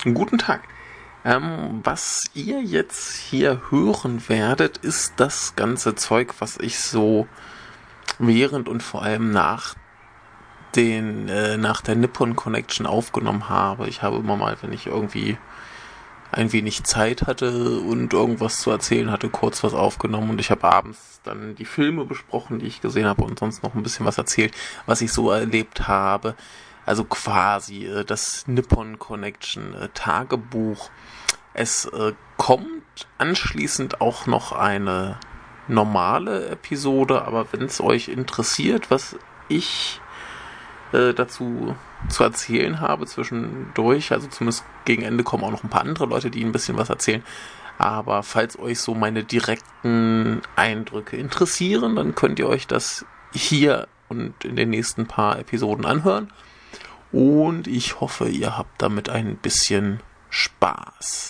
Guten Tag. Was ihr jetzt hier hören werdet, ist das ganze Zeug, was ich so während und vor allem nach der Nippon Connection aufgenommen habe. Ich habe immer mal, wenn ich irgendwie ein wenig Zeit hatte und irgendwas zu erzählen hatte, kurz was aufgenommen, und ich habe abends dann die Filme besprochen, die ich gesehen habe, und sonst noch ein bisschen was erzählt, was ich so erlebt habe. Also quasi das Nippon Connection Tagebuch. Es kommt anschließend auch noch eine normale Episode, aber wenn es euch interessiert, was ich dazu zu erzählen habe zwischendurch, also zumindest gegen Ende kommen auch noch ein paar andere Leute, die ein bisschen was erzählen, aber falls euch so meine direkten Eindrücke interessieren, dann könnt ihr euch das hier und in den nächsten paar Episoden anhören, und ich hoffe, ihr habt damit ein bisschen Spaß.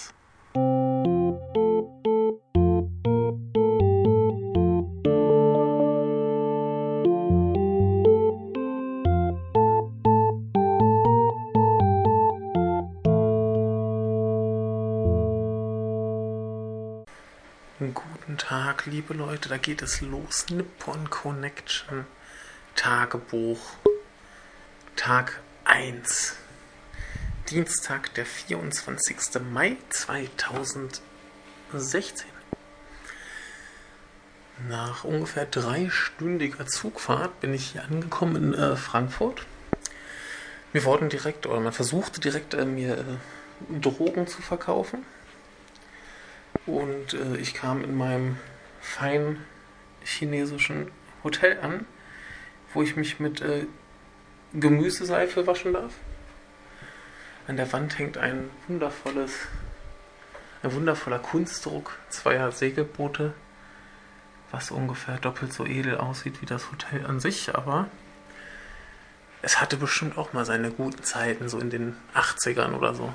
Guten Tag, liebe Leute, da geht es los. Nippon Connection Tagebuch Tag 1. Dienstag, der 24. Mai 2016. Nach ungefähr 3-stündiger Zugfahrt bin ich hier angekommen in Frankfurt. Man versuchte direkt mir Drogen zu verkaufen. Und ich kam in meinem feinen chinesischen Hotel an, wo ich mich mit Gemüseseife waschen darf. An der Wand hängt ein wundervoller Kunstdruck zweier Segelboote, was ungefähr doppelt so edel aussieht wie das Hotel an sich, aber es hatte bestimmt auch mal seine guten Zeiten, so in den 80ern oder so.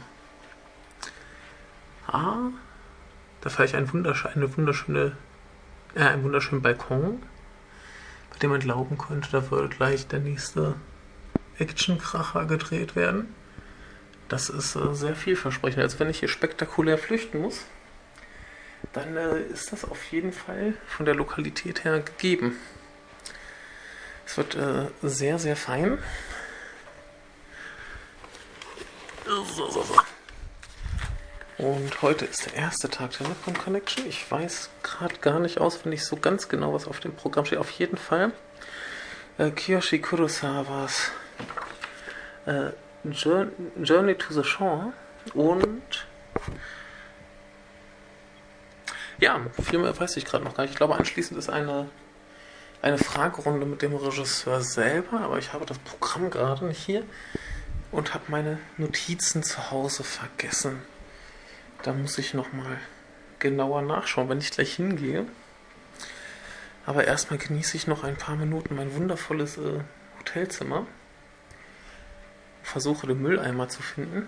Da fand ich einen wunderschönen Balkon, bei dem man glauben könnte, da würde gleich der nächste Actionkracher gedreht werden. Das ist sehr vielversprechend. Also wenn ich hier spektakulär flüchten muss, dann ist das auf jeden Fall von der Lokalität her gegeben. Es wird sehr, sehr fein. So. Und heute ist der erste Tag der Nippon Connection. Ich weiß gerade gar nicht auswendig so ganz genau, was auf dem Programm steht. Auf jeden Fall Kiyoshi Kurosawas Journey to the Shore, und ja, viel mehr weiß ich gerade noch gar nicht. Ich glaube, anschließend ist eine Fragerunde mit dem Regisseur selber, aber ich habe das Programm gerade nicht hier und habe meine Notizen zu Hause vergessen. Da muss ich nochmal genauer nachschauen, wenn ich gleich hingehe. Aber erstmal genieße ich noch ein paar Minuten mein wundervolles Hotelzimmer. Versuche den Mülleimer zu finden.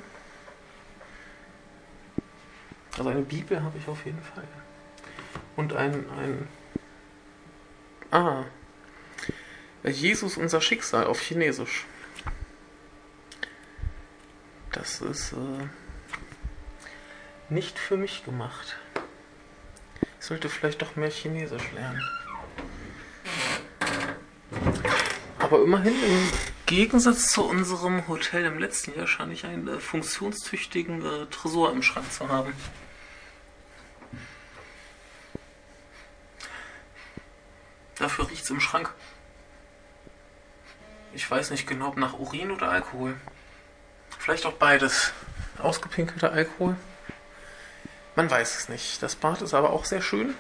Also eine Bibel habe ich auf jeden Fall. Und Jesus, unser Schicksal auf Chinesisch. Das ist nicht für mich gemacht. Ich sollte vielleicht doch mehr Chinesisch lernen. Aber immerhin, im Gegensatz zu unserem Hotel im letzten Jahr, scheine ich einen funktionstüchtigen Tresor im Schrank zu haben. Dafür riecht es im Schrank. Ich weiß nicht genau, ob nach Urin oder Alkohol. Vielleicht auch beides. Ausgepinkelter Alkohol. Man weiß es nicht. Das Bad ist aber auch sehr schön.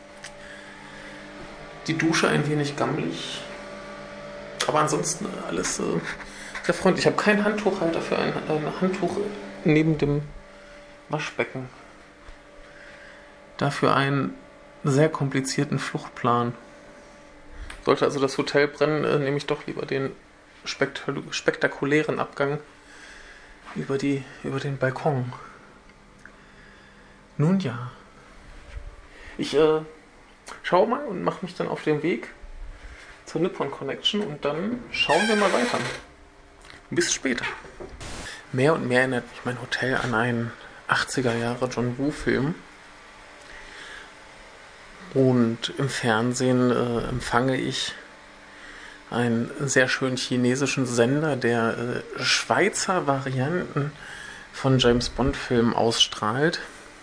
Die Dusche ein wenig gammelig. Aber ansonsten alles sehr freundlich. Ich habe keinen Handtuchhalter für ein Handtuch neben dem Waschbecken. Dafür einen sehr komplizierten Fluchtplan. Sollte also das Hotel brennen, nehme ich doch lieber den spektakulären Abgang über den Balkon. Nun ja. Ich schaue mal und mache mich dann auf den Weg zur Nippon Connection und dann schauen wir mal weiter. Bis später. Mehr und mehr erinnert mich mein Hotel an einen 80er Jahre John Woo-Film. Und im Fernsehen empfange ich einen sehr schönen chinesischen Sender, der Schweizer Varianten von James Bond-Filmen ausstrahlt.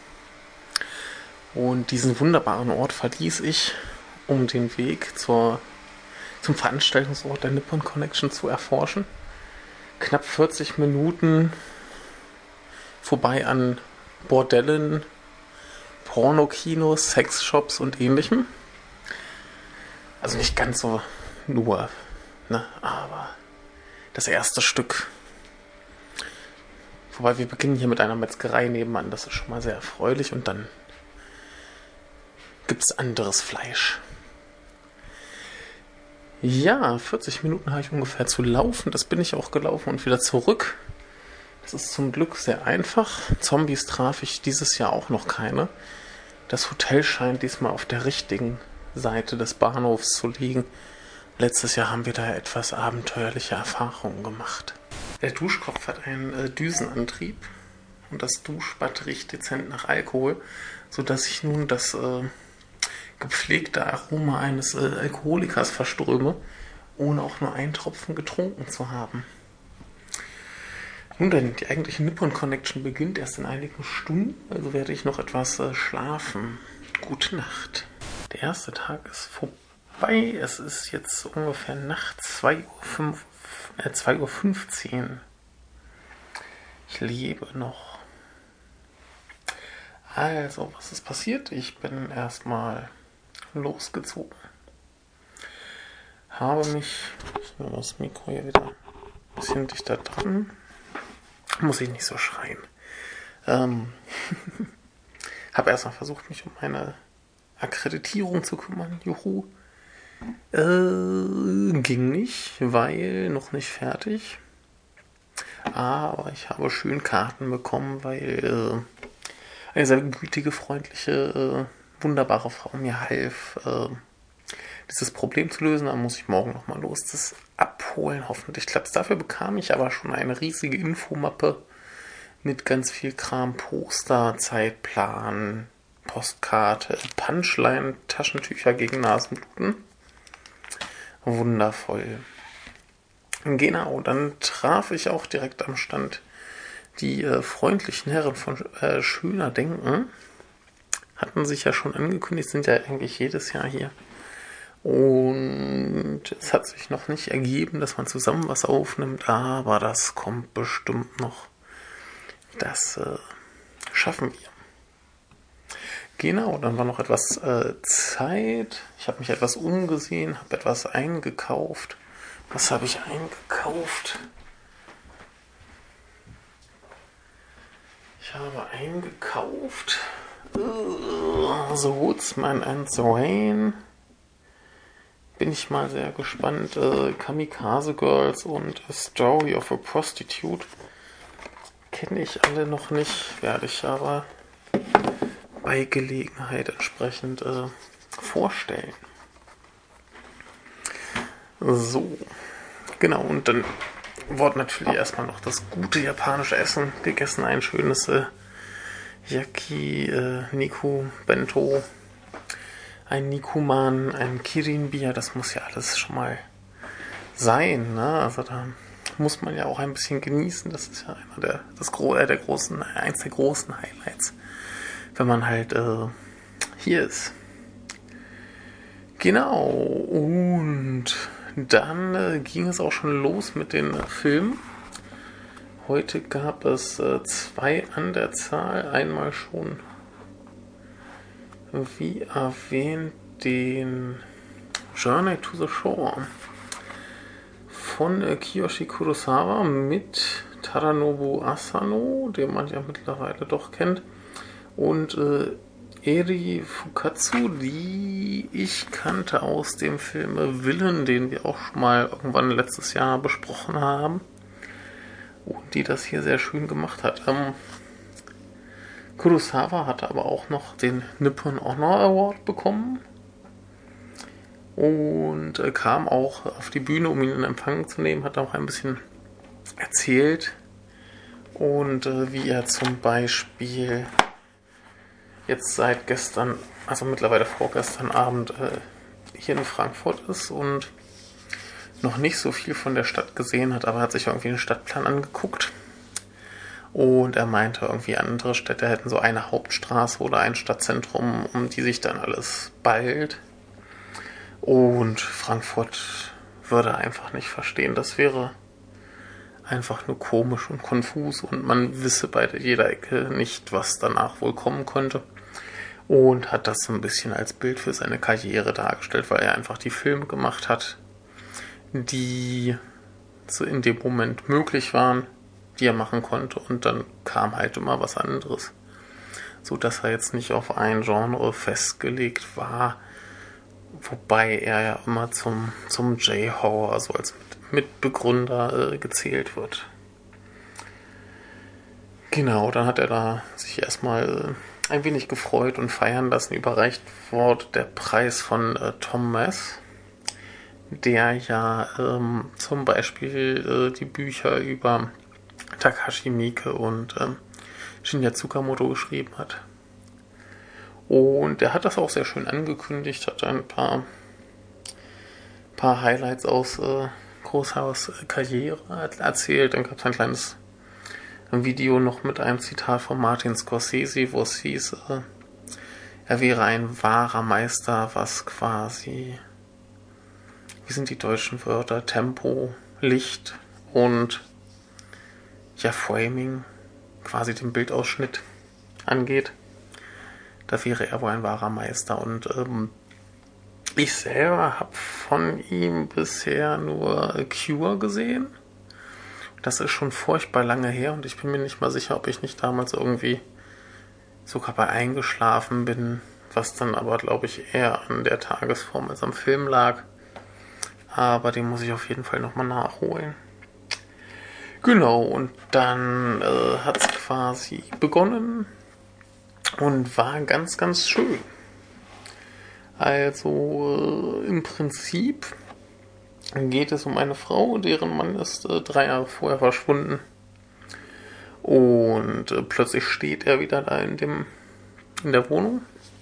Und diesen wunderbaren Ort verließ ich, um den Weg zum Veranstaltungsort der Nippon Connection zu erforschen. Knapp 40 Minuten vorbei an Bordellen, Pornokinos, Sexshops und ähnlichem. Also nicht ganz so nur, ne, aber das erste Stück. Wobei wir beginnen hier mit einer Metzgerei nebenan, das ist schon mal sehr erfreulich und dann gibt's anderes Fleisch. Ja, 40 Minuten habe ich ungefähr zu laufen. Das bin ich auch gelaufen und wieder zurück. Das ist zum Glück sehr einfach. Zombies traf ich dieses Jahr auch noch keine. Das Hotel scheint diesmal auf der richtigen Seite des Bahnhofs zu liegen. Letztes Jahr haben wir da etwas abenteuerliche Erfahrungen gemacht. Der Duschkopf hat einen Düsenantrieb und das Duschbad riecht dezent nach Alkohol, sodass ich nun das gepflegte Aroma eines Alkoholikers verströme, ohne auch nur einen Tropfen getrunken zu haben. Nun denn, die eigentliche Nippon Connection beginnt erst in einigen Stunden, also werde ich noch etwas schlafen. Gute Nacht. Der erste Tag ist vorbei. Es ist jetzt ungefähr nachts 2:15 Uhr. Ich lebe noch. Also, was ist passiert? Ich bin erstmal losgezogen. Habe mich, das Mikro hier wieder ein bisschen dichter dran. Muss ich nicht so schreien. Habe erstmal versucht, mich um meine Akkreditierung zu kümmern. Juhu. Ging nicht, weil noch nicht fertig. Aber ich habe schön Karten bekommen, weil eine sehr gütige, freundliche, wunderbare Frau mir half, dieses Problem zu lösen. Dann muss ich morgen nochmal los das abholen. Hoffentlich klappt es. Dafür bekam ich aber schon eine riesige Infomappe mit ganz viel Kram, Poster, Zeitplan, Postkarte, Punchline, Taschentücher gegen Nasenbluten. Wundervoll. Genau, dann traf ich auch direkt am Stand die freundlichen Herren von Schöner Denken. Hatten sich ja schon angekündigt, sind ja eigentlich jedes Jahr hier. Und es hat sich noch nicht ergeben, dass man zusammen was aufnimmt, aber das kommt bestimmt noch. Das schaffen wir. Genau, dann war noch etwas Zeit. Ich habe mich etwas umgesehen, habe etwas eingekauft. Was habe ich eingekauft? Ich habe eingekauft The Woodsman and the Rain. Bin ich mal sehr gespannt. Kamikaze Girls und A Story of a Prostitute. Kenne ich alle noch nicht, werde ich aber bei Gelegenheit entsprechend vorstellen. So, genau, und dann wurde natürlich erstmal noch das gute japanische Essen gegessen. Ein schönes Niku Bento, ein Nikuman, ein Kirin-Bier, das muss ja alles schon mal sein, ne? Also da muss man ja auch ein bisschen genießen. Das ist ja eins der großen Highlights, wenn man halt hier ist. Genau, und dann ging es auch schon los mit den Filmen. Heute gab es 2 an der Zahl. Einmal schon, wie erwähnt, den Journey to the Shore von Kiyoshi Kurosawa mit Tadanobu Asano, den man ja mittlerweile doch kennt, und Eri Fukatsu, die ich kannte aus dem Film Villain, den wir auch schon mal irgendwann letztes Jahr besprochen haben. Und die das hier sehr schön gemacht hat. Kurosawa hatte aber auch noch den Nippon Honor Award bekommen. Und kam auch auf die Bühne, um ihn in Empfang zu nehmen, hat auch ein bisschen erzählt. Und wie er zum Beispiel jetzt seit gestern, also mittlerweile vorgestern Abend, hier in Frankfurt ist und noch nicht so viel von der Stadt gesehen hat, aber hat sich irgendwie einen Stadtplan angeguckt. Und er meinte, irgendwie andere Städte hätten so eine Hauptstraße oder ein Stadtzentrum, um die sich dann alles ballt. Und Frankfurt würde einfach nicht verstehen. Das wäre einfach nur komisch und konfus und man wisse bei jeder Ecke nicht, was danach wohl kommen könnte. Und hat das so ein bisschen als Bild für seine Karriere dargestellt, weil er einfach die Filme gemacht hat, die so in dem Moment möglich waren, die er machen konnte, und dann kam halt immer was anderes. So dass er jetzt nicht auf ein Genre festgelegt war, wobei er ja immer zum J-Horror, also als Mitbegründer gezählt wird. Genau, dann hat er da sich erstmal ein wenig gefreut und feiern lassen. Überreicht wurde der Preis von Tom Mess, der ja zum Beispiel die Bücher über Takashi Miike und Shinya Tsukamoto geschrieben hat. Und er hat das auch sehr schön angekündigt, hat ein paar Highlights aus Kurosawas Karriere erzählt. Dann gab es ein kleines Video noch mit einem Zitat von Martin Scorsese, wo es hieß, er wäre ein wahrer Meister, was quasi, wie sind die deutschen Wörter, Tempo, Licht und ja, Framing, quasi den Bildausschnitt angeht. Da wäre er wohl ein wahrer Meister. Und ich selber habe von ihm bisher nur Cure gesehen. Das ist schon furchtbar lange her und ich bin mir nicht mal sicher, ob ich nicht damals irgendwie sogar bei eingeschlafen bin, was dann aber, glaube ich, eher an der Tagesform als am Film lag. Aber den muss ich auf jeden Fall nochmal nachholen. Genau, und dann hat es quasi begonnen und war ganz, ganz schön. Also im Prinzip geht es um eine Frau, deren Mann ist 3 Jahre vorher verschwunden. Und plötzlich steht er wieder da in der Wohnung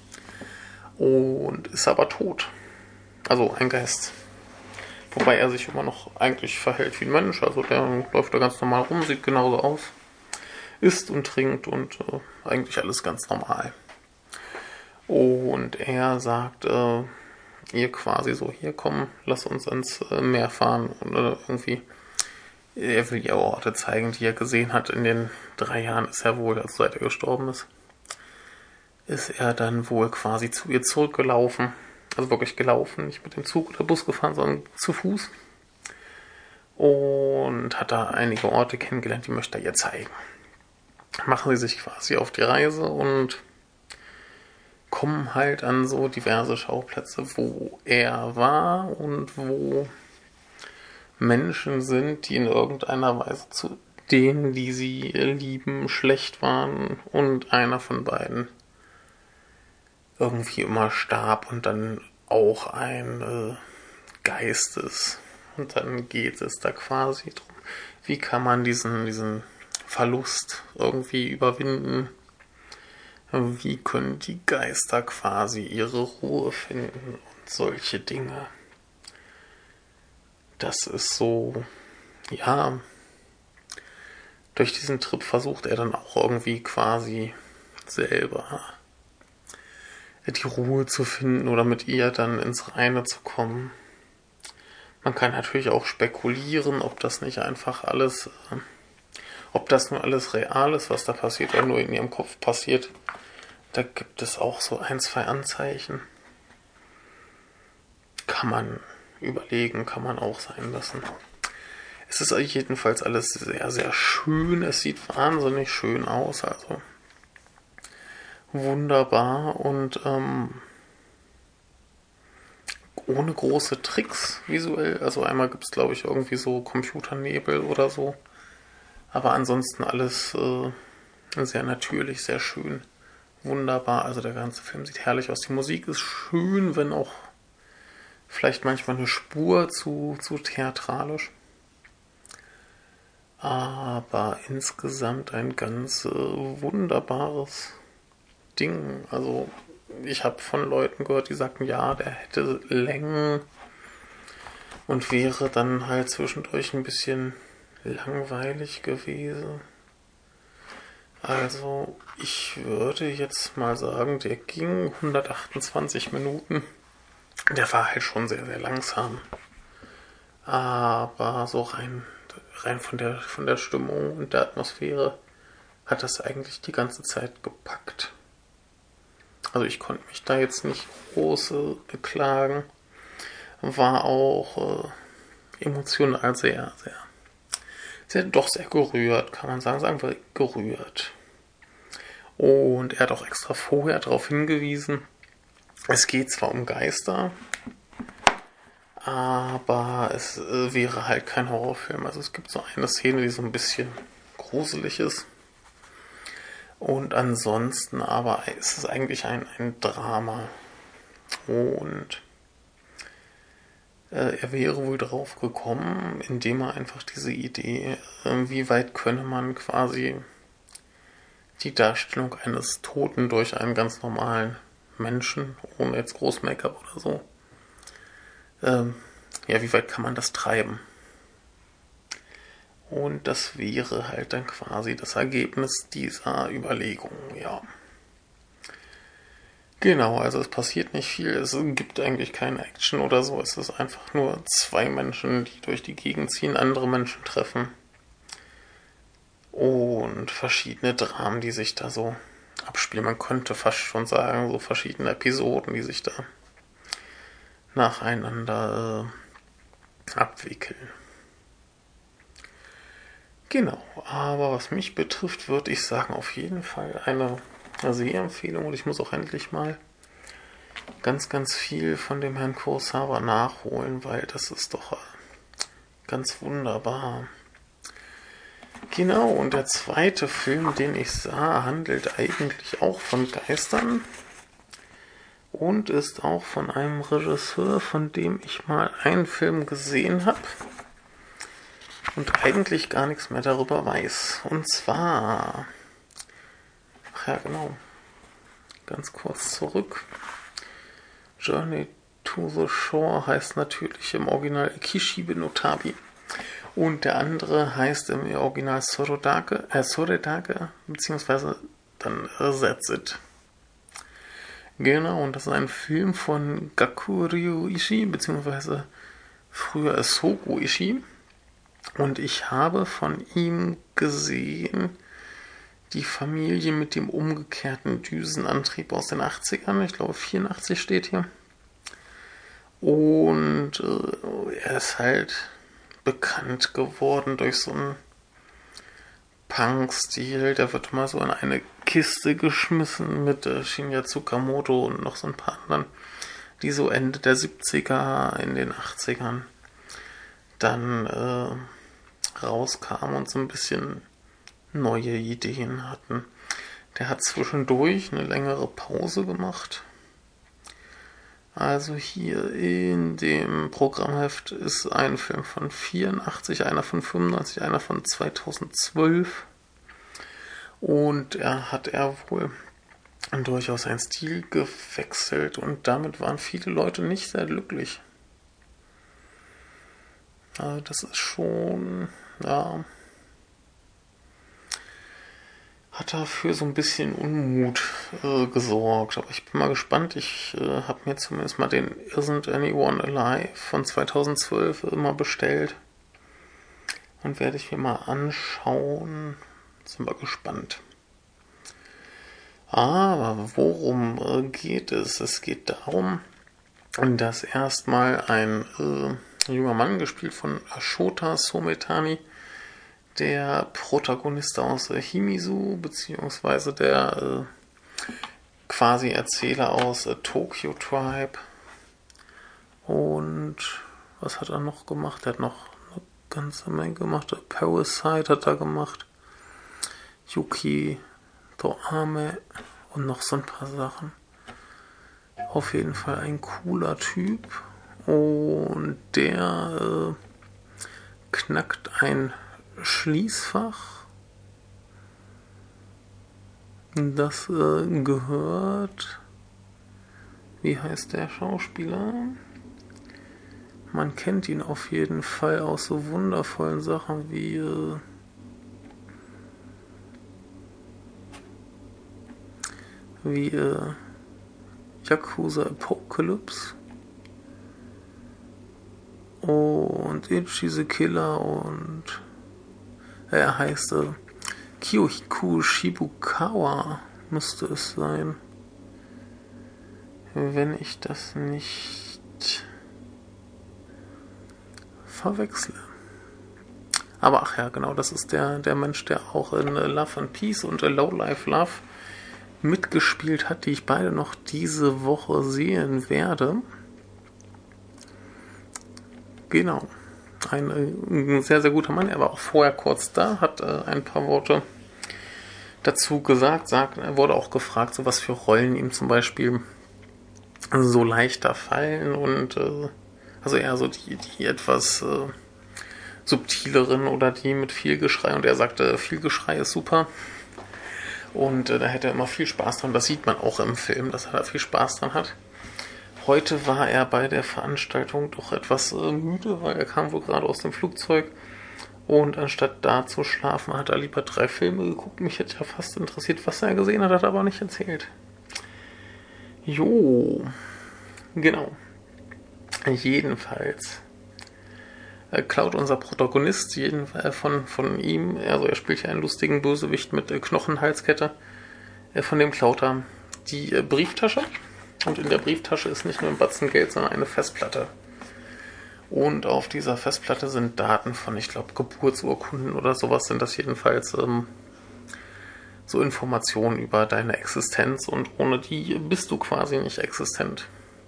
und ist aber tot. Also ein Geist. Wobei er sich immer noch eigentlich verhält wie ein Mensch. Also der läuft da ganz normal rum, sieht genauso aus. Isst und trinkt und eigentlich alles ganz normal. Und er sagt ihr quasi so, hier komm, lass uns ins Meer fahren. Oder irgendwie, er will ihr Orte zeigen, die er gesehen hat. In den 3 Jahren ist er wohl, also seit er gestorben ist er dann wohl quasi zu ihr zurückgelaufen. Also wirklich gelaufen, nicht mit dem Zug oder Bus gefahren, sondern zu Fuß. Und hat da einige Orte kennengelernt, die möchte er ihr zeigen. Machen sie sich quasi auf die Reise und kommen halt an so diverse Schauplätze, wo er war und wo Menschen sind, die in irgendeiner Weise zu denen, die sie lieben, schlecht waren und einer von beiden irgendwie immer starb und dann auch ein Geist ist. Und dann geht es da quasi drum, wie kann man diesen Verlust irgendwie überwinden? Wie können die Geister quasi ihre Ruhe finden und solche Dinge? Das ist so, ja, durch diesen Trip versucht er dann auch irgendwie quasi selber die Ruhe zu finden oder mit ihr dann ins Reine zu kommen. Man kann natürlich auch spekulieren, ob das nicht einfach alles, ob das nur alles real ist, was da passiert, oder nur in ihrem Kopf passiert. Da gibt es auch so 1, 2 Anzeichen. Kann man überlegen, kann man auch sein lassen. Es ist jedenfalls alles sehr, sehr schön. Es sieht wahnsinnig schön aus, also wunderbar und ohne große Tricks visuell. Also einmal gibt es, glaube ich, irgendwie so Computernebel oder so. Aber ansonsten alles sehr natürlich, sehr schön. Wunderbar. Also der ganze Film sieht herrlich aus. Die Musik ist schön, wenn auch vielleicht manchmal eine Spur zu theatralisch. aber insgesamt ein ganz wunderbares Ding. Also ich habe von Leuten gehört, die sagten, ja, der hätte Längen und wäre dann halt zwischendurch ein bisschen langweilig gewesen. Also ich würde jetzt mal sagen, der ging 128 Minuten. Der war halt schon sehr, sehr langsam. Aber so rein von der Stimmung und der Atmosphäre hat das eigentlich die ganze Zeit gepackt. Also ich konnte mich da jetzt nicht groß beklagen. War auch emotional doch sehr gerührt, kann man sagen. Sagen wir gerührt. Und er hat auch extra vorher darauf hingewiesen, es geht zwar um Geister, aber es wäre halt kein Horrorfilm. Also es gibt so eine Szene, die so ein bisschen gruselig ist. Und ansonsten aber ist es eigentlich ein Drama. Und er wäre wohl drauf gekommen, indem er einfach diese Idee, wie weit könne man quasi die Darstellung eines Toten durch einen ganz normalen Menschen, ohne jetzt groß Make-up oder so, wie weit kann man das treiben? Und das wäre halt dann quasi das Ergebnis dieser Überlegung, ja. Genau, also es passiert nicht viel, es gibt eigentlich keine Action oder so, es ist einfach nur zwei Menschen, die durch die Gegend ziehen, andere Menschen treffen und verschiedene Dramen, die sich da so abspielen. Man könnte fast schon sagen, so verschiedene Episoden, die sich da nacheinander abwickeln. Genau, aber was mich betrifft, würde ich sagen, auf jeden Fall eine Sehempfehlung und ich muss auch endlich mal ganz, ganz viel von dem Herrn Kurosawa nachholen, weil das ist doch ganz wunderbar. Genau, und der zweite Film, den ich sah, handelt eigentlich auch von Geistern und ist auch von einem Regisseur, von dem ich mal einen Film gesehen habe und eigentlich gar nichts mehr darüber weiß. Und zwar, ganz kurz zurück. Journey to the Shore heißt natürlich im Original Kishibe no Tabi und der andere heißt im Original Soredake, beziehungsweise dann That's It. Genau, und das ist ein Film von Gakuryu Ishii, beziehungsweise früher Sogo Ishii. Und ich habe von ihm gesehen die Familie mit dem umgekehrten Düsenantrieb aus den 80ern. Ich glaube 84 steht hier. Und er ist halt bekannt geworden durch so einen Punk-Stil. Der wird mal so in eine Kiste geschmissen mit Shinya Tsukamoto und noch so ein paar anderen, die so Ende der 70er, in den 80ern dann rauskamen und so ein bisschen neue Ideen hatten. Der hat zwischendurch eine längere Pause gemacht. Also hier in dem Programmheft ist ein Film von 84, einer von 95, einer von 2012. Und er wohl durchaus seinen Stil gewechselt und damit waren viele Leute nicht sehr glücklich. Also das ist schon, ja, hat dafür so ein bisschen Unmut gesorgt. Aber ich bin mal gespannt. Ich habe mir zumindest mal den Isn't Anyone Alive von 2012 immer bestellt. Und werde ich mir mal anschauen. Sind wir gespannt. Aber worum geht es? Es geht darum, dass erstmal ein junger Mann, gespielt von Shota Sometani, der Protagonist aus Himizu, beziehungsweise der quasi Erzähler aus Tokyo Tribe. Und was hat er noch gemacht? Er hat noch eine ganze Menge gemacht. Parasite hat er gemacht. Yuki Toame und noch so ein paar Sachen. Auf jeden Fall ein cooler Typ. Und der knackt ein Schließfach. Das gehört... Wie heißt der Schauspieler? Man kennt ihn auf jeden Fall aus so wundervollen Sachen wie... Yakuza Apocalypse und Ichi the Killer und er heißt Kiyohiko Shibukawa müsste es sein, wenn ich das nicht verwechsle. Aber ach ja, genau, das ist der Mensch, der auch in Love and Peace und A Low Life Love mitgespielt hat, die ich beide noch diese Woche sehen werde. Genau. Ein sehr, sehr guter Mann. Er war auch vorher kurz da, hat ein paar Worte dazu gesagt. Er wurde auch gefragt, so was für Rollen ihm zum Beispiel so leichter fallen und also eher so die etwas subtileren oder die mit viel Geschrei. Und er sagte, viel Geschrei ist super. Und da hätte er immer viel Spaß dran. Das sieht man auch im Film, dass er da viel Spaß dran hat. Heute war er bei der Veranstaltung doch etwas müde, weil er kam wohl gerade aus dem Flugzeug. Und anstatt da zu schlafen, hat er lieber 3 Filme geguckt. Mich hätte ja fast interessiert, was er gesehen hat, hat er aber nicht erzählt. Jo, genau. Jedenfalls klaut unser Protagonist von ihm, also er spielt ja einen lustigen Bösewicht mit Knochenhalskette, von dem klaut er die Brieftasche und in der Brieftasche ist nicht nur ein Batzen Geld, sondern eine Festplatte. Und auf dieser Festplatte sind Daten von, ich glaube, Geburtsurkunden oder sowas sind das jedenfalls, so Informationen über deine Existenz und ohne die bist du quasi nicht existent.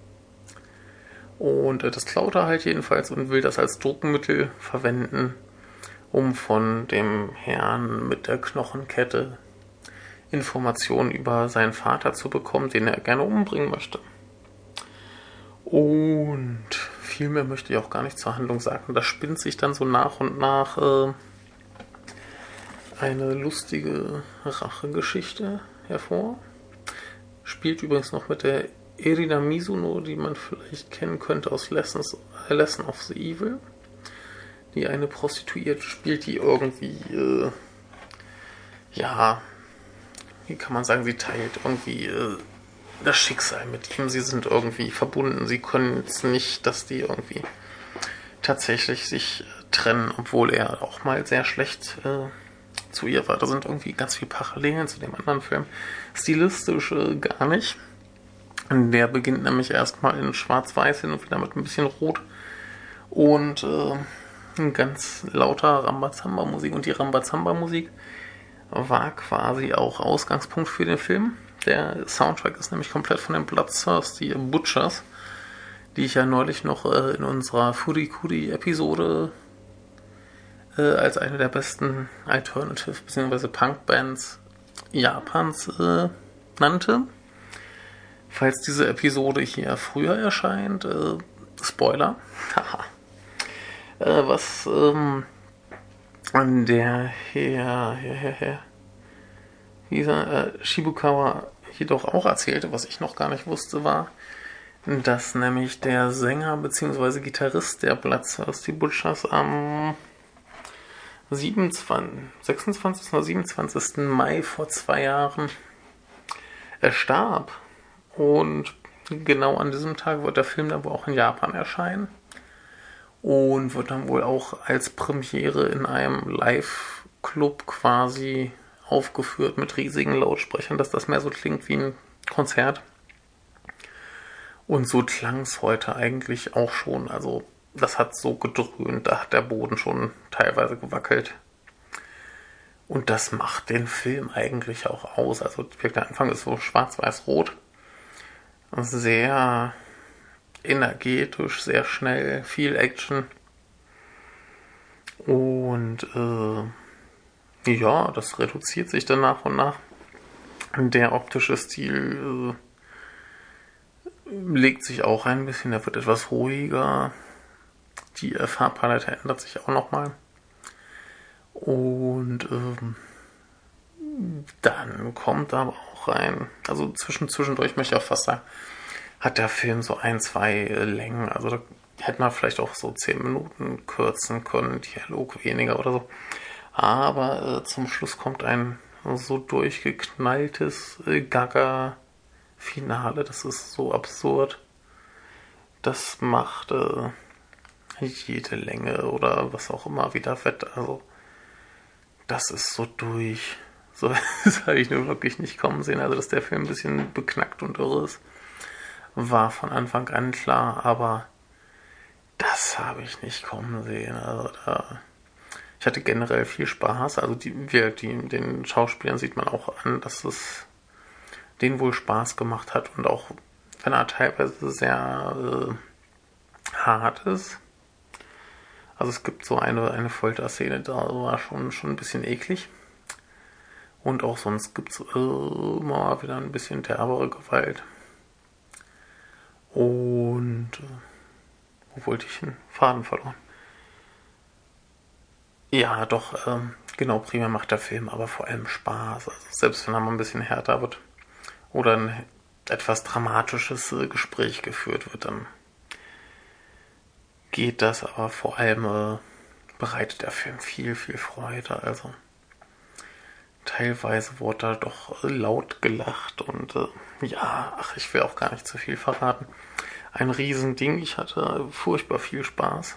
Und das klaut er halt jedenfalls und will das als Druckmittel verwenden, um von dem Herrn mit der Knochenkette Informationen über seinen Vater zu bekommen, den er gerne umbringen möchte. Und viel mehr möchte ich auch gar nicht zur Handlung sagen. Da spinnt sich dann so nach und nach eine lustige Rachegeschichte hervor. Spielt übrigens noch mit der Erina Mizuno, die man vielleicht kennen könnte aus Lesson of the Evil, die eine Prostituierte spielt, die irgendwie, wie kann man sagen, sie teilt irgendwie das Schicksal mit ihm. Sie sind irgendwie verbunden. Sie können es nicht, dass die irgendwie tatsächlich sich trennen, obwohl er auch mal sehr schlecht zu ihr war. Da sind irgendwie ganz viele Parallelen zu dem anderen Film. Stilistisch gar nicht. Der beginnt nämlich erstmal in Schwarz-Weiß hin und wieder mit ein bisschen Rot und ganz lauter Rambazamba-Musik. Und die Rambazamba-Musik war quasi auch Ausgangspunkt für den Film. Der Soundtrack ist nämlich komplett von den Bloodthirsty Butchers, die ich ja neulich noch in unserer Furikuri-Episode als eine der besten Alternative- bzw. Punk-Bands Japans nannte. Falls diese Episode hier früher erscheint, Spoiler, was der Herr Shibukawa jedoch auch erzählte, was ich noch gar nicht wusste, war, dass nämlich der Sänger bzw. Gitarrist der Bloodthirsty Butchers am 26. oder 27. Mai vor 2 Jahren starb. Und genau an diesem Tag wird der Film dann wohl auch in Japan erscheinen und wird dann wohl auch als Premiere in einem Live-Club quasi aufgeführt mit riesigen Lautsprechern, dass das mehr so klingt wie ein Konzert. Und so klang es heute eigentlich auch schon. Also das hat so gedröhnt, da hat der Boden schon teilweise gewackelt. Und das macht den Film eigentlich auch aus. Also der Anfang ist so schwarz-weiß-rot. Sehr energetisch, sehr schnell, viel Action. Und das reduziert sich dann nach und nach. Der optische Stil legt sich auch ein bisschen, der wird etwas ruhiger. Die Farbpalette ändert sich auch nochmal. Und dann kommt aber auch also zwischendurch möchte ich auch fast sagen, hat der Film so ein, zwei Längen. Also da hätte man vielleicht auch so 10 Minuten kürzen können, Dialog weniger oder so. Aber zum Schluss kommt ein so durchgeknalltes Gaga-Finale. Das ist so absurd. Das macht jede Länge oder was auch immer wieder wett. Also das ist so durch. So, das habe ich nur wirklich nicht kommen sehen. Also dass der Film ein bisschen beknackt und irre ist, war von Anfang an klar. Aber das habe ich nicht kommen sehen. Also ich hatte generell viel Spaß. Also den Schauspielern sieht man auch an, dass es denen wohl Spaß gemacht hat. Und auch wenn er teilweise sehr hart ist. Also es gibt so eine Folterszene, da war schon ein bisschen eklig. Und auch sonst gibt es immer wieder ein bisschen derbere Gewalt. Und wo wollte ich hin? Faden verloren. Ja, doch, genau, primär macht der Film aber vor allem Spaß. Also selbst wenn er mal ein bisschen härter wird oder ein etwas dramatisches Gespräch geführt wird, dann geht das, aber vor allem bereitet der Film viel, viel Freude. Also teilweise wurde da doch laut gelacht und ja, ach, ich will auch gar nicht zu viel verraten. Ein Riesending, ich hatte furchtbar viel Spaß.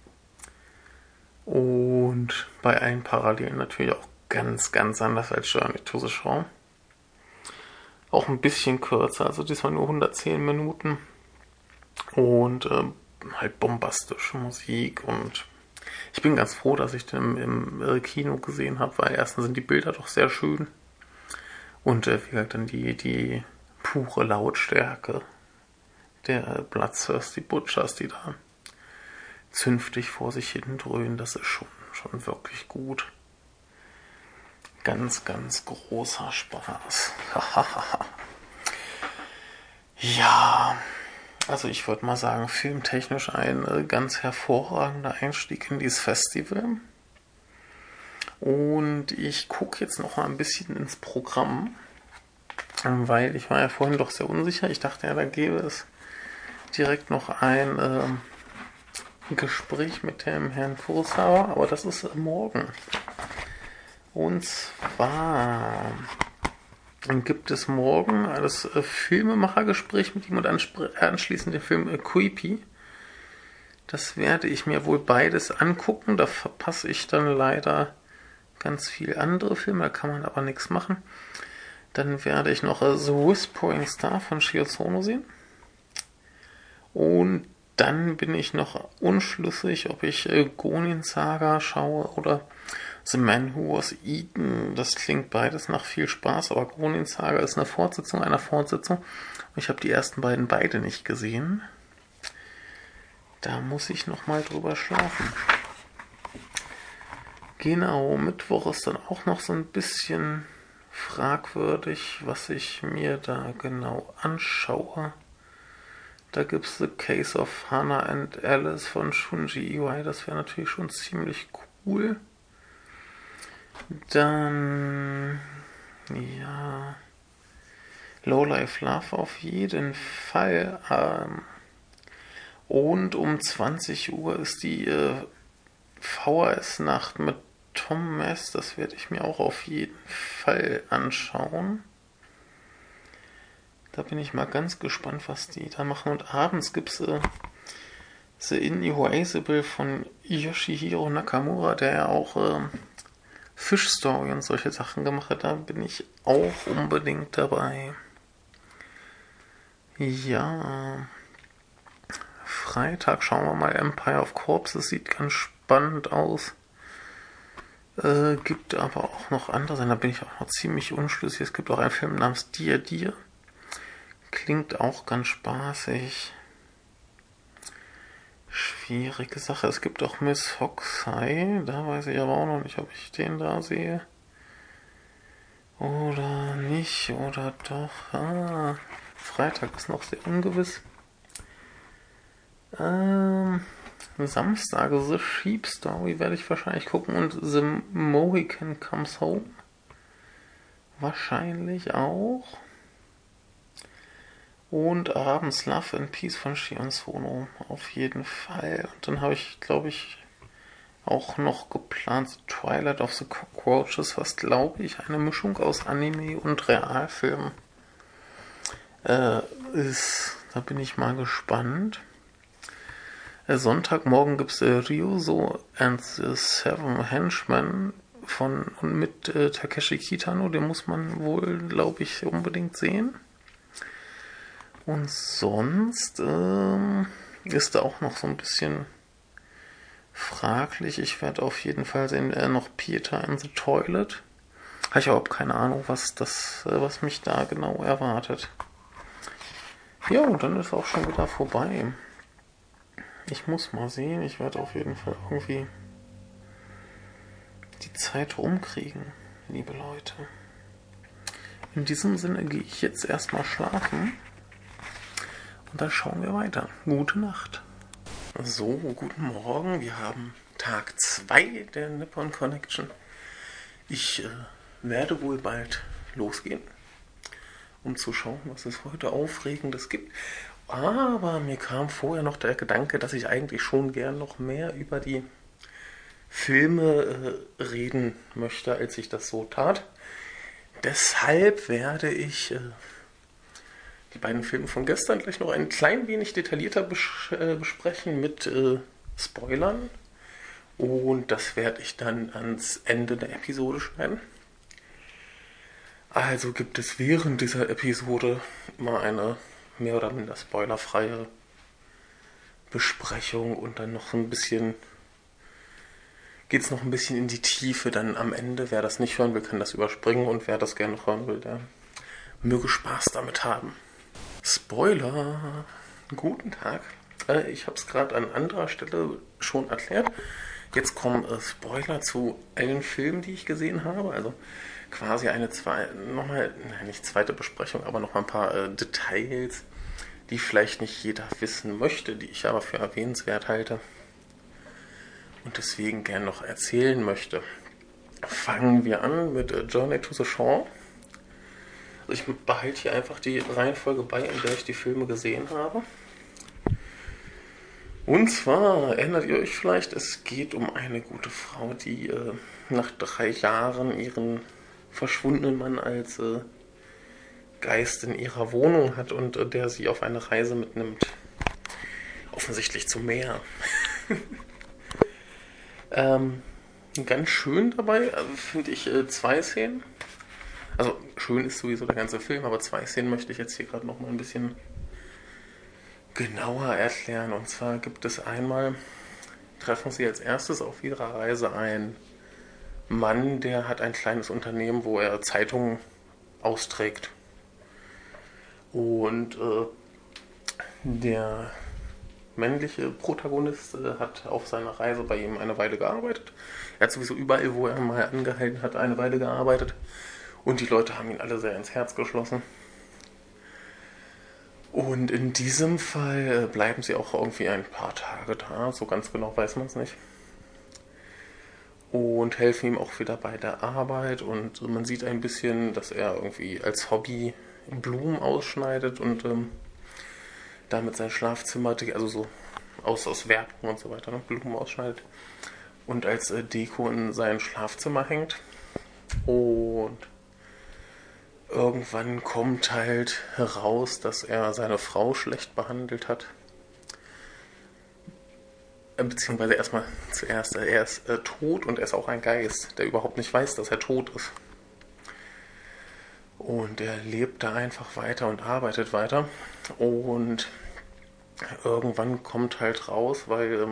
Und bei allen Parallelen natürlich auch ganz, ganz anders als Journey to the Shore. Auch ein bisschen kürzer, also diesmal nur 110 Minuten. Und halt bombastische Musik. Und ich bin ganz froh, dass ich den im Kino gesehen habe, weil erstens sind die Bilder doch sehr schön. Und wie gesagt, dann die pure Lautstärke der Bloodthirsty Butchers, die da zünftig vor sich hin dröhnen, das ist schon wirklich gut. Ganz, ganz großer Spaß. Ja, also ich würde mal sagen, filmtechnisch ein ganz hervorragender Einstieg in dieses Festival. Und ich gucke jetzt noch mal ein bisschen ins Programm, weil ich war ja vorhin doch sehr unsicher. Ich dachte ja, da gäbe es direkt noch ein Gespräch mit dem Herrn Kurosawa, aber das ist morgen. Und zwar gibt es morgen das Filmemachergespräch mit ihm und anschließend den Film Creepy. Das werde ich mir wohl beides angucken. Da verpasse ich dann leider ganz viele andere Filme, da kann man aber nichts machen. Dann werde ich noch The Whispering Star von Shiozono sehen. Und dann bin ich noch unschlüssig, ob ich Gonin Saga schaue oder The Man Who Was Eaten. Das klingt beides nach viel Spaß, aber Gonin Saga ist eine Fortsetzung einer Fortsetzung. Ich habe die ersten beiden beide nicht gesehen. Da muss ich nochmal drüber schlafen. Genau, Mittwoch ist dann auch noch so ein bisschen fragwürdig, was ich mir da genau anschaue. Da gibt es The Case of Hannah and Alice von Shunji Iwai. Das wäre natürlich schon ziemlich cool. Dann, ja, Lowlife Love auf jeden Fall. Und um 20 Uhr ist die VHS-Nacht mit Tom Mess. Das werde ich mir auch auf jeden Fall anschauen. Da bin ich mal ganz gespannt, was die da machen. Und abends gibt es The Inirreversible von Yoshihiro Nakamura, der ja auch Fish Story und solche Sachen gemacht hat. Da bin ich auch unbedingt dabei. Ja, Freitag schauen wir mal Empire of Corpses. Sieht ganz spannend aus. Gibt aber auch noch andere. Da bin ich auch noch ziemlich unschlüssig. Es gibt auch einen Film namens Dear Dear. Klingt auch ganz spaßig. Schwierige Sache. Es gibt auch Miss Hokusai. Da weiß ich aber auch noch nicht, ob ich den da sehe. Oder nicht. Oder doch. Freitag ist noch sehr ungewiss. Samstag The Sheep Story werde ich wahrscheinlich gucken und The Mohican Comes Home wahrscheinlich auch. Und abends Love and Peace von Shion Sono auf jeden Fall. Und dann habe ich, glaube ich, auch noch geplant Twilight of the Cockroaches, was, glaube ich, eine Mischung aus Anime und Realfilm ist. Da bin ich mal gespannt. Sonntagmorgen gibt es Ryuzo and the Seven Henchmen von und mit Takeshi Kitano. Den muss man wohl, glaube ich, unbedingt sehen. Und sonst ist da auch noch so ein bisschen fraglich. Ich werde auf jeden Fall sehen noch Peter in the Toilet. Habe ich überhaupt keine Ahnung, was mich da genau erwartet. Ja, und dann ist auch schon wieder vorbei. Ich muss mal sehen. Ich werde auf jeden Fall irgendwie die Zeit rumkriegen, liebe Leute. In diesem Sinne gehe ich jetzt erstmal schlafen. Und dann schauen wir weiter. Gute Nacht. So, guten Morgen. Wir haben Tag 2 der Nippon Connection. Ich werde wohl bald losgehen, um zu schauen, was es heute Aufregendes gibt. Aber mir kam vorher noch der Gedanke, dass ich eigentlich schon gern noch mehr über die Filme reden möchte, als ich das so tat. Deshalb werde ich die beiden Filme von gestern gleich noch ein klein wenig detaillierter besprechen mit Spoilern. Und das werde ich dann ans Ende der Episode schneiden. Also gibt es während dieser Episode mal eine mehr oder minder spoilerfreie Besprechung und dann noch ein bisschen geht es noch ein bisschen in die Tiefe dann am Ende. Wer das nicht hören will, kann das überspringen und wer das gerne hören will, der möge Spaß damit haben. Spoiler! Guten Tag. Ich habe es gerade an anderer Stelle schon erklärt. Jetzt kommen Spoiler zu allen Filmen, die ich gesehen habe. Also quasi nicht zweite Besprechung, aber noch mal ein paar Details, die vielleicht nicht jeder wissen möchte, die ich aber für erwähnenswert halte und deswegen gern noch erzählen möchte. Fangen wir an mit Journey to the Shore. Also ich behalte hier einfach die Reihenfolge bei, in der ich die Filme gesehen habe. Und zwar, erinnert ihr euch vielleicht, es geht um eine gute Frau, die nach 3 Jahren ihren verschwundenen Mann als Geist in ihrer Wohnung hat und der sie auf eine Reise mitnimmt. Offensichtlich zum Meer. Ganz schön dabei, finde ich 2 Szenen. Also schön ist sowieso der ganze Film, aber 2 Szenen möchte ich jetzt hier gerade noch mal ein bisschen genauer erklären. Und zwar gibt es einmal, treffen sie als erstes auf ihrer Reise einen Mann, der hat ein kleines Unternehmen, wo er Zeitungen austrägt. Und der männliche Protagonist hat auf seiner Reise bei ihm eine Weile gearbeitet. Er hat sowieso überall, wo er mal angehalten hat, eine Weile gearbeitet. Und die Leute haben ihn alle sehr ins Herz geschlossen. Und in diesem Fall bleiben sie auch irgendwie ein paar Tage da. So ganz genau weiß man es nicht. Und helfen ihm auch wieder bei der Arbeit. Und man sieht ein bisschen, dass er irgendwie als Hobby Blumen ausschneidet und damit sein Schlafzimmer, also so aus Werbung und so weiter, ne, Blumen ausschneidet und als Deko in sein Schlafzimmer hängt. Und irgendwann kommt halt heraus, dass er seine Frau schlecht behandelt hat. Beziehungsweise zuerst, er ist tot und er ist auch ein Geist, der überhaupt nicht weiß, dass er tot ist. Und er lebt da einfach weiter und arbeitet weiter. Und irgendwann kommt halt raus, weil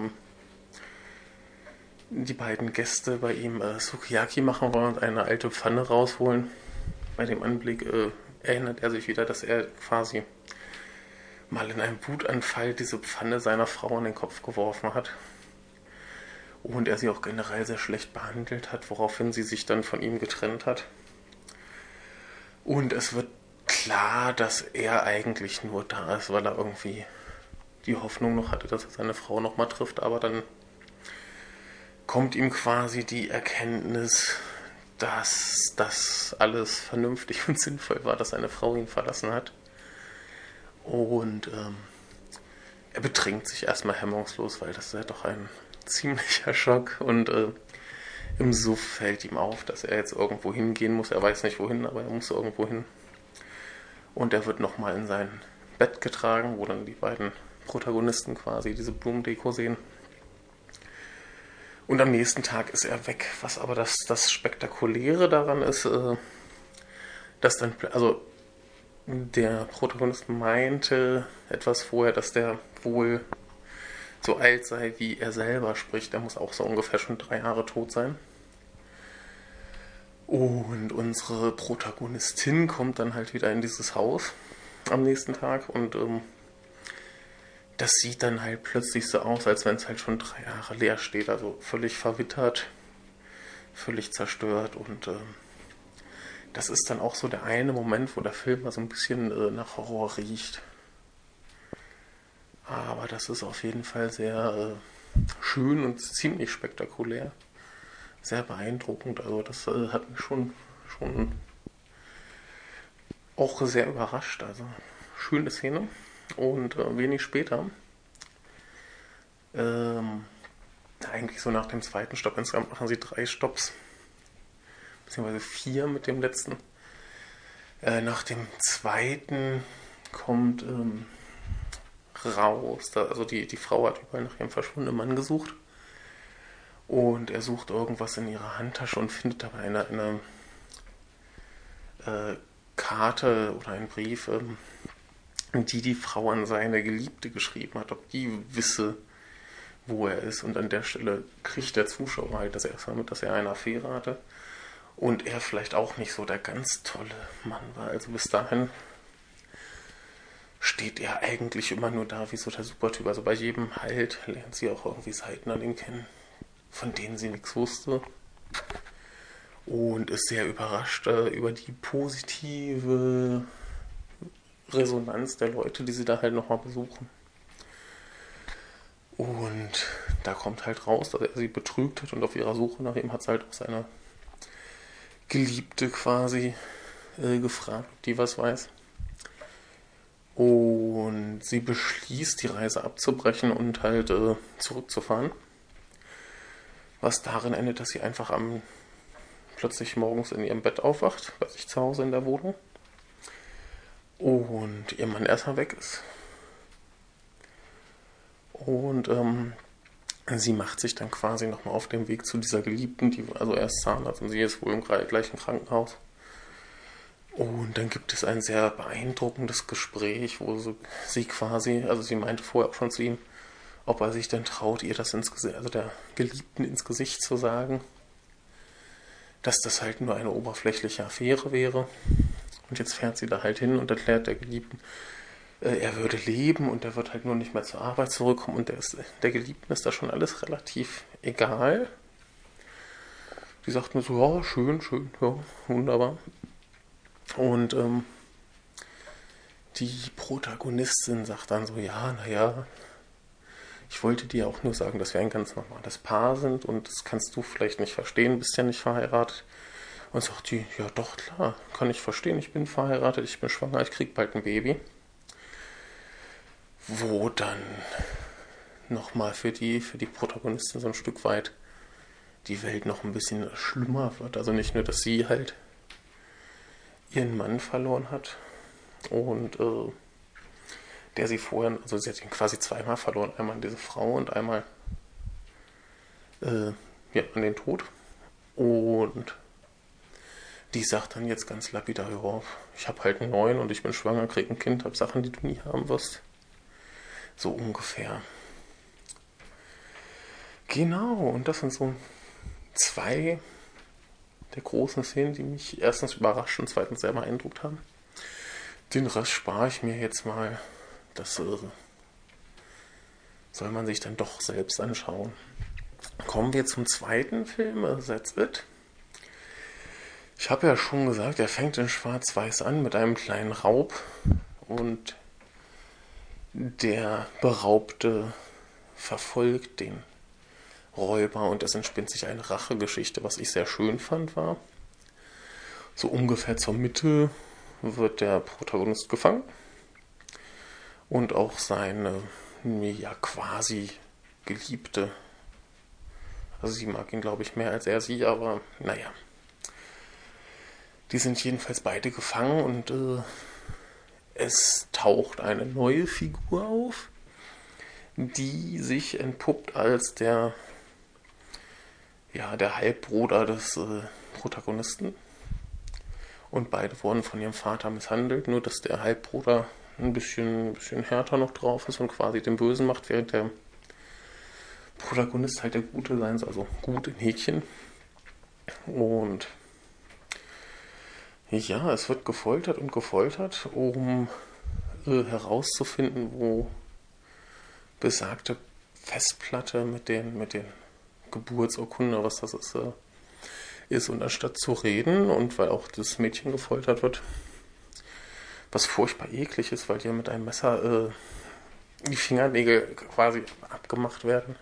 die beiden Gäste bei ihm Sukiyaki machen wollen und eine alte Pfanne rausholen. Bei dem Anblick erinnert er sich wieder, dass er quasi mal in einem Wutanfall diese Pfanne seiner Frau in den Kopf geworfen hat. Und er sie auch generell sehr schlecht behandelt hat, woraufhin sie sich dann von ihm getrennt hat. Und es wird klar, dass er eigentlich nur da ist, weil er irgendwie die Hoffnung noch hatte, dass er seine Frau nochmal trifft, aber dann kommt ihm quasi die Erkenntnis, dass das alles vernünftig und sinnvoll war, dass seine Frau ihn verlassen hat. Und er betrinkt sich erstmal hemmungslos, weil das ist ja doch ein ziemlicher Schock. Und im Suff fällt ihm auf, dass er jetzt irgendwo hingehen muss. Er weiß nicht wohin, aber er muss irgendwo hin. Und er wird nochmal in sein Bett getragen, wo dann die beiden Protagonisten quasi diese Blumendeko sehen. Und am nächsten Tag ist er weg. Was aber das Spektakuläre daran ist, dass dann, also der Protagonist meinte etwas vorher, dass der wohl so alt sei, wie er selber spricht. Er muss auch so ungefähr schon 3 Jahre tot sein. Und unsere Protagonistin kommt dann halt wieder in dieses Haus am nächsten Tag und das sieht dann halt plötzlich so aus, als wenn es halt schon 3 Jahre leer steht. Also völlig verwittert, völlig zerstört und das ist dann auch so der eine Moment, wo der Film mal so ein bisschen nach Horror riecht. Aber das ist auf jeden Fall sehr schön und ziemlich spektakulär. Sehr beeindruckend. Also das hat mich schon auch sehr überrascht. Also schöne Szene. Und wenig später, eigentlich so nach dem zweiten Stopp, insgesamt machen sie 3 Stopps, beziehungsweise 4 mit dem letzten. Nach dem zweiten kommt raus, also die Frau hat überall nach ihrem verschwundenen Mann gesucht und er sucht irgendwas in ihrer Handtasche und findet dabei eine Karte oder einen Brief, die Frau an seine Geliebte geschrieben hat, ob die wisse, wo er ist. Und an der Stelle kriegt der Zuschauer halt das erste Mal mit, dass er eine Affäre hatte und er vielleicht auch nicht so der ganz tolle Mann war. Also bis dahin steht er eigentlich immer nur da wie so der Supertyp. Also bei jedem Halt lernt sie auch irgendwie Seiten an ihm kennen, von denen sie nichts wusste. Und ist sehr überrascht über die positive Resonanz der Leute, die sie da halt nochmal besuchen. Und da kommt halt raus, dass er sie betrügt hat und auf ihrer Suche nach ihm hat es halt auch seine Geliebte quasi gefragt, ob die was weiß. Und sie beschließt, die Reise abzubrechen und halt zurückzufahren. Was darin endet, dass sie einfach plötzlich morgens in ihrem Bett aufwacht, bei sich zu Hause in der Wohnung. Und ihr Mann erstmal weg ist. Und sie macht sich dann quasi nochmal auf den Weg zu dieser Geliebten, also er ist Zahnarzt und sie ist wohl im gleichen Krankenhaus. Und dann gibt es ein sehr beeindruckendes Gespräch, wo sie quasi, also sie meinte vorher auch schon zu ihm, ob er sich denn traut, ihr das also der Geliebten ins Gesicht zu sagen, dass das halt nur eine oberflächliche Affäre wäre. Und jetzt fährt sie da halt hin und erklärt der Geliebten, er würde leben und er wird halt nur nicht mehr zur Arbeit zurückkommen und der Geliebten ist da schon alles relativ egal. Die sagt mir so, ja, schön, ja, wunderbar. Und die Protagonistin sagt dann so, ja, naja, ich wollte dir auch nur sagen, dass wir ein ganz normales Paar sind und das kannst du vielleicht nicht verstehen, bist ja nicht verheiratet. Und sagt die, ja doch, klar, kann ich verstehen, ich bin verheiratet, ich bin schwanger, ich krieg bald ein Baby. Wo dann nochmal für die Protagonistin so ein Stück weit die Welt noch ein bisschen schlimmer wird. Also nicht nur, dass sie halt ihren Mann verloren hat und der sie vorher, also sie hat ihn quasi zweimal verloren, einmal an diese Frau und einmal an den Tod. Und die sagt dann jetzt ganz lapidar, ja, ich habe halt einen neuen und ich bin schwanger, krieg ein Kind, hab Sachen, die du nie haben wirst. So ungefähr. Genau, und das sind so 2 der großen Szenen, die mich erstens überrascht und zweitens sehr beeindruckt haben. Den Rest spare ich mir jetzt mal. Das soll man sich dann doch selbst anschauen. Kommen wir zum zweiten Film, That's It. Ich habe ja schon gesagt, er fängt in Schwarz-Weiß an mit einem kleinen Raub und Der Beraubte verfolgt den Räuber und es entspinnt sich eine Rachegeschichte. Was ich sehr schön fand, war, so ungefähr zur Mitte wird der Protagonist gefangen und auch seine ja quasi Geliebte. Also sie mag ihn, glaube ich, mehr als er sie, aber naja. Die sind jedenfalls beide gefangen und es taucht eine neue Figur auf, die sich entpuppt als der Halbbruder des Protagonisten. Und beide wurden von ihrem Vater misshandelt, nur dass der Halbbruder ein bisschen härter noch drauf ist und quasi den Bösen macht, während der Protagonist halt der Gute sein soll, also gut in Häkchen. Und ja, es wird gefoltert, um herauszufinden, wo besagte Festplatte mit den Geburtsurkunden, was das ist. Und anstatt zu reden, und weil auch das Mädchen gefoltert wird, was furchtbar eklig ist, weil dir mit einem Messer die Fingernägel quasi abgemacht werden.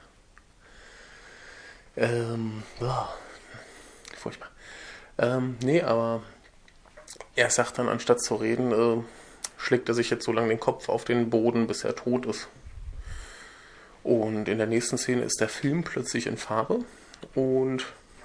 Furchtbar. Nee, aber er sagt dann, anstatt zu reden, schlägt er sich jetzt so lange den Kopf auf den Boden, bis er tot ist. Und in der nächsten Szene ist der Film plötzlich in Farbe und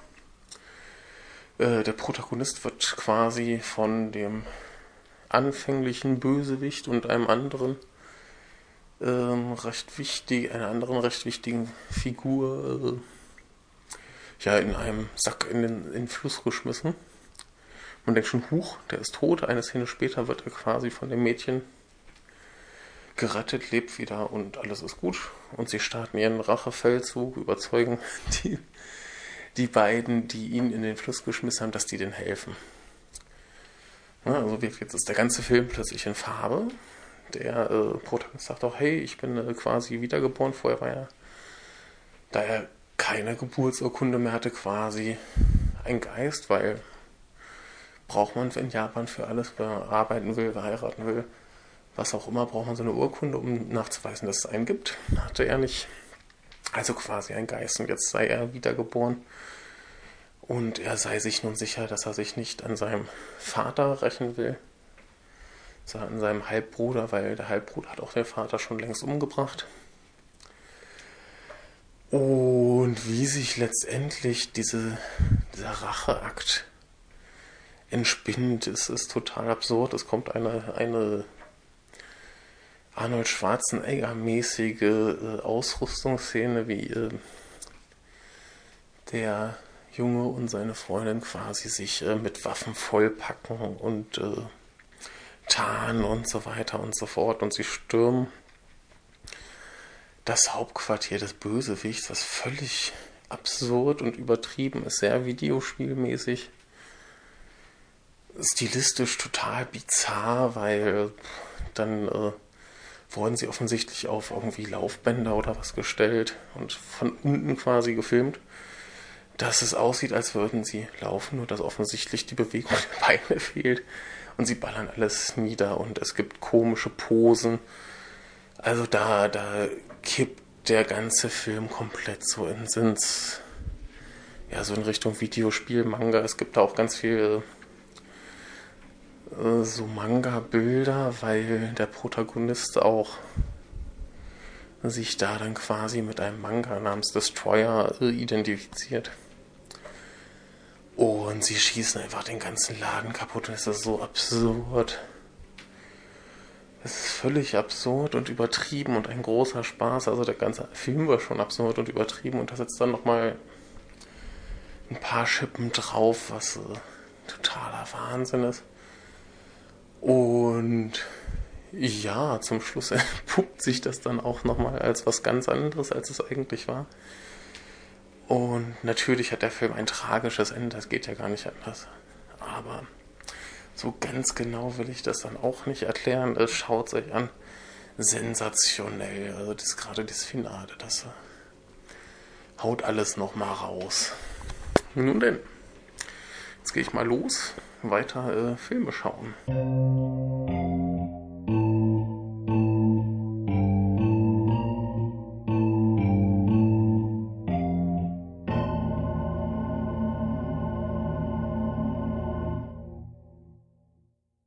der Protagonist wird quasi von dem anfänglichen Bösewicht und einem anderen recht wichtigen Figur in einem Sack in den Fluss geschmissen. Man denkt schon, huch, der ist tot. Eine Szene später wird er quasi von dem Mädchen gerettet, lebt wieder und alles ist gut. Und sie starten ihren Rachefeldzug, überzeugen die beiden, die ihn in den Fluss geschmissen haben, dass die denen helfen. Ja, also jetzt ist der ganze Film plötzlich in Farbe. Der Protagonist sagt auch, hey, ich bin quasi wiedergeboren. Vorher war er, da er keine Geburtsurkunde mehr hatte, quasi ein Geist, weil braucht man in Japan für alles, wenn man arbeiten will, heiraten will, was auch immer, braucht man so eine Urkunde, um nachzuweisen, dass es einen gibt. Hatte er nicht. Also quasi ein Geist und jetzt sei er wiedergeboren. Und er sei sich nun sicher, dass er sich nicht an seinem Vater rächen will, sondern an seinem Halbbruder, weil der Halbbruder hat auch den Vater schon längst umgebracht. Und wie sich letztendlich dieser Racheakt entspinnt, ist total absurd. Es kommt eine Arnold Schwarzenegger-mäßige Ausrüstungsszene, wie der Junge und seine Freundin quasi sich mit Waffen vollpacken und tarnen und so weiter und so fort. Und sie stürmen das Hauptquartier des Bösewichts, was völlig absurd und übertrieben ist, sehr videospielmäßig. Stilistisch total bizarr, weil dann wurden sie offensichtlich auf irgendwie Laufbänder oder was gestellt und von unten quasi gefilmt, dass es aussieht, als würden sie laufen, nur dass offensichtlich die Bewegung der Beine fehlt und sie ballern alles nieder und es gibt komische Posen. Also da kippt der ganze Film komplett so in Richtung Videospiel, Manga. Es gibt da auch ganz viel so Manga-Bilder, weil der Protagonist auch sich da dann quasi mit einem Manga namens Destroyer identifiziert. Und sie schießen einfach den ganzen Laden kaputt und es ist so absurd. Es ist völlig absurd und übertrieben und ein großer Spaß. Also der ganze Film war schon absurd und übertrieben und da setzt dann nochmal ein paar Schippen drauf, was totaler Wahnsinn ist. Und ja, zum Schluss entpuppt sich das dann auch nochmal als was ganz anderes, als es eigentlich war. Und natürlich hat der Film ein tragisches Ende, das geht ja gar nicht anders. Aber so ganz genau will ich das dann auch nicht erklären. Es schaut sich an. Sensationell. Also gerade das Finale, das haut alles nochmal raus. Nun denn, jetzt gehe ich mal los, weiter Filme schauen.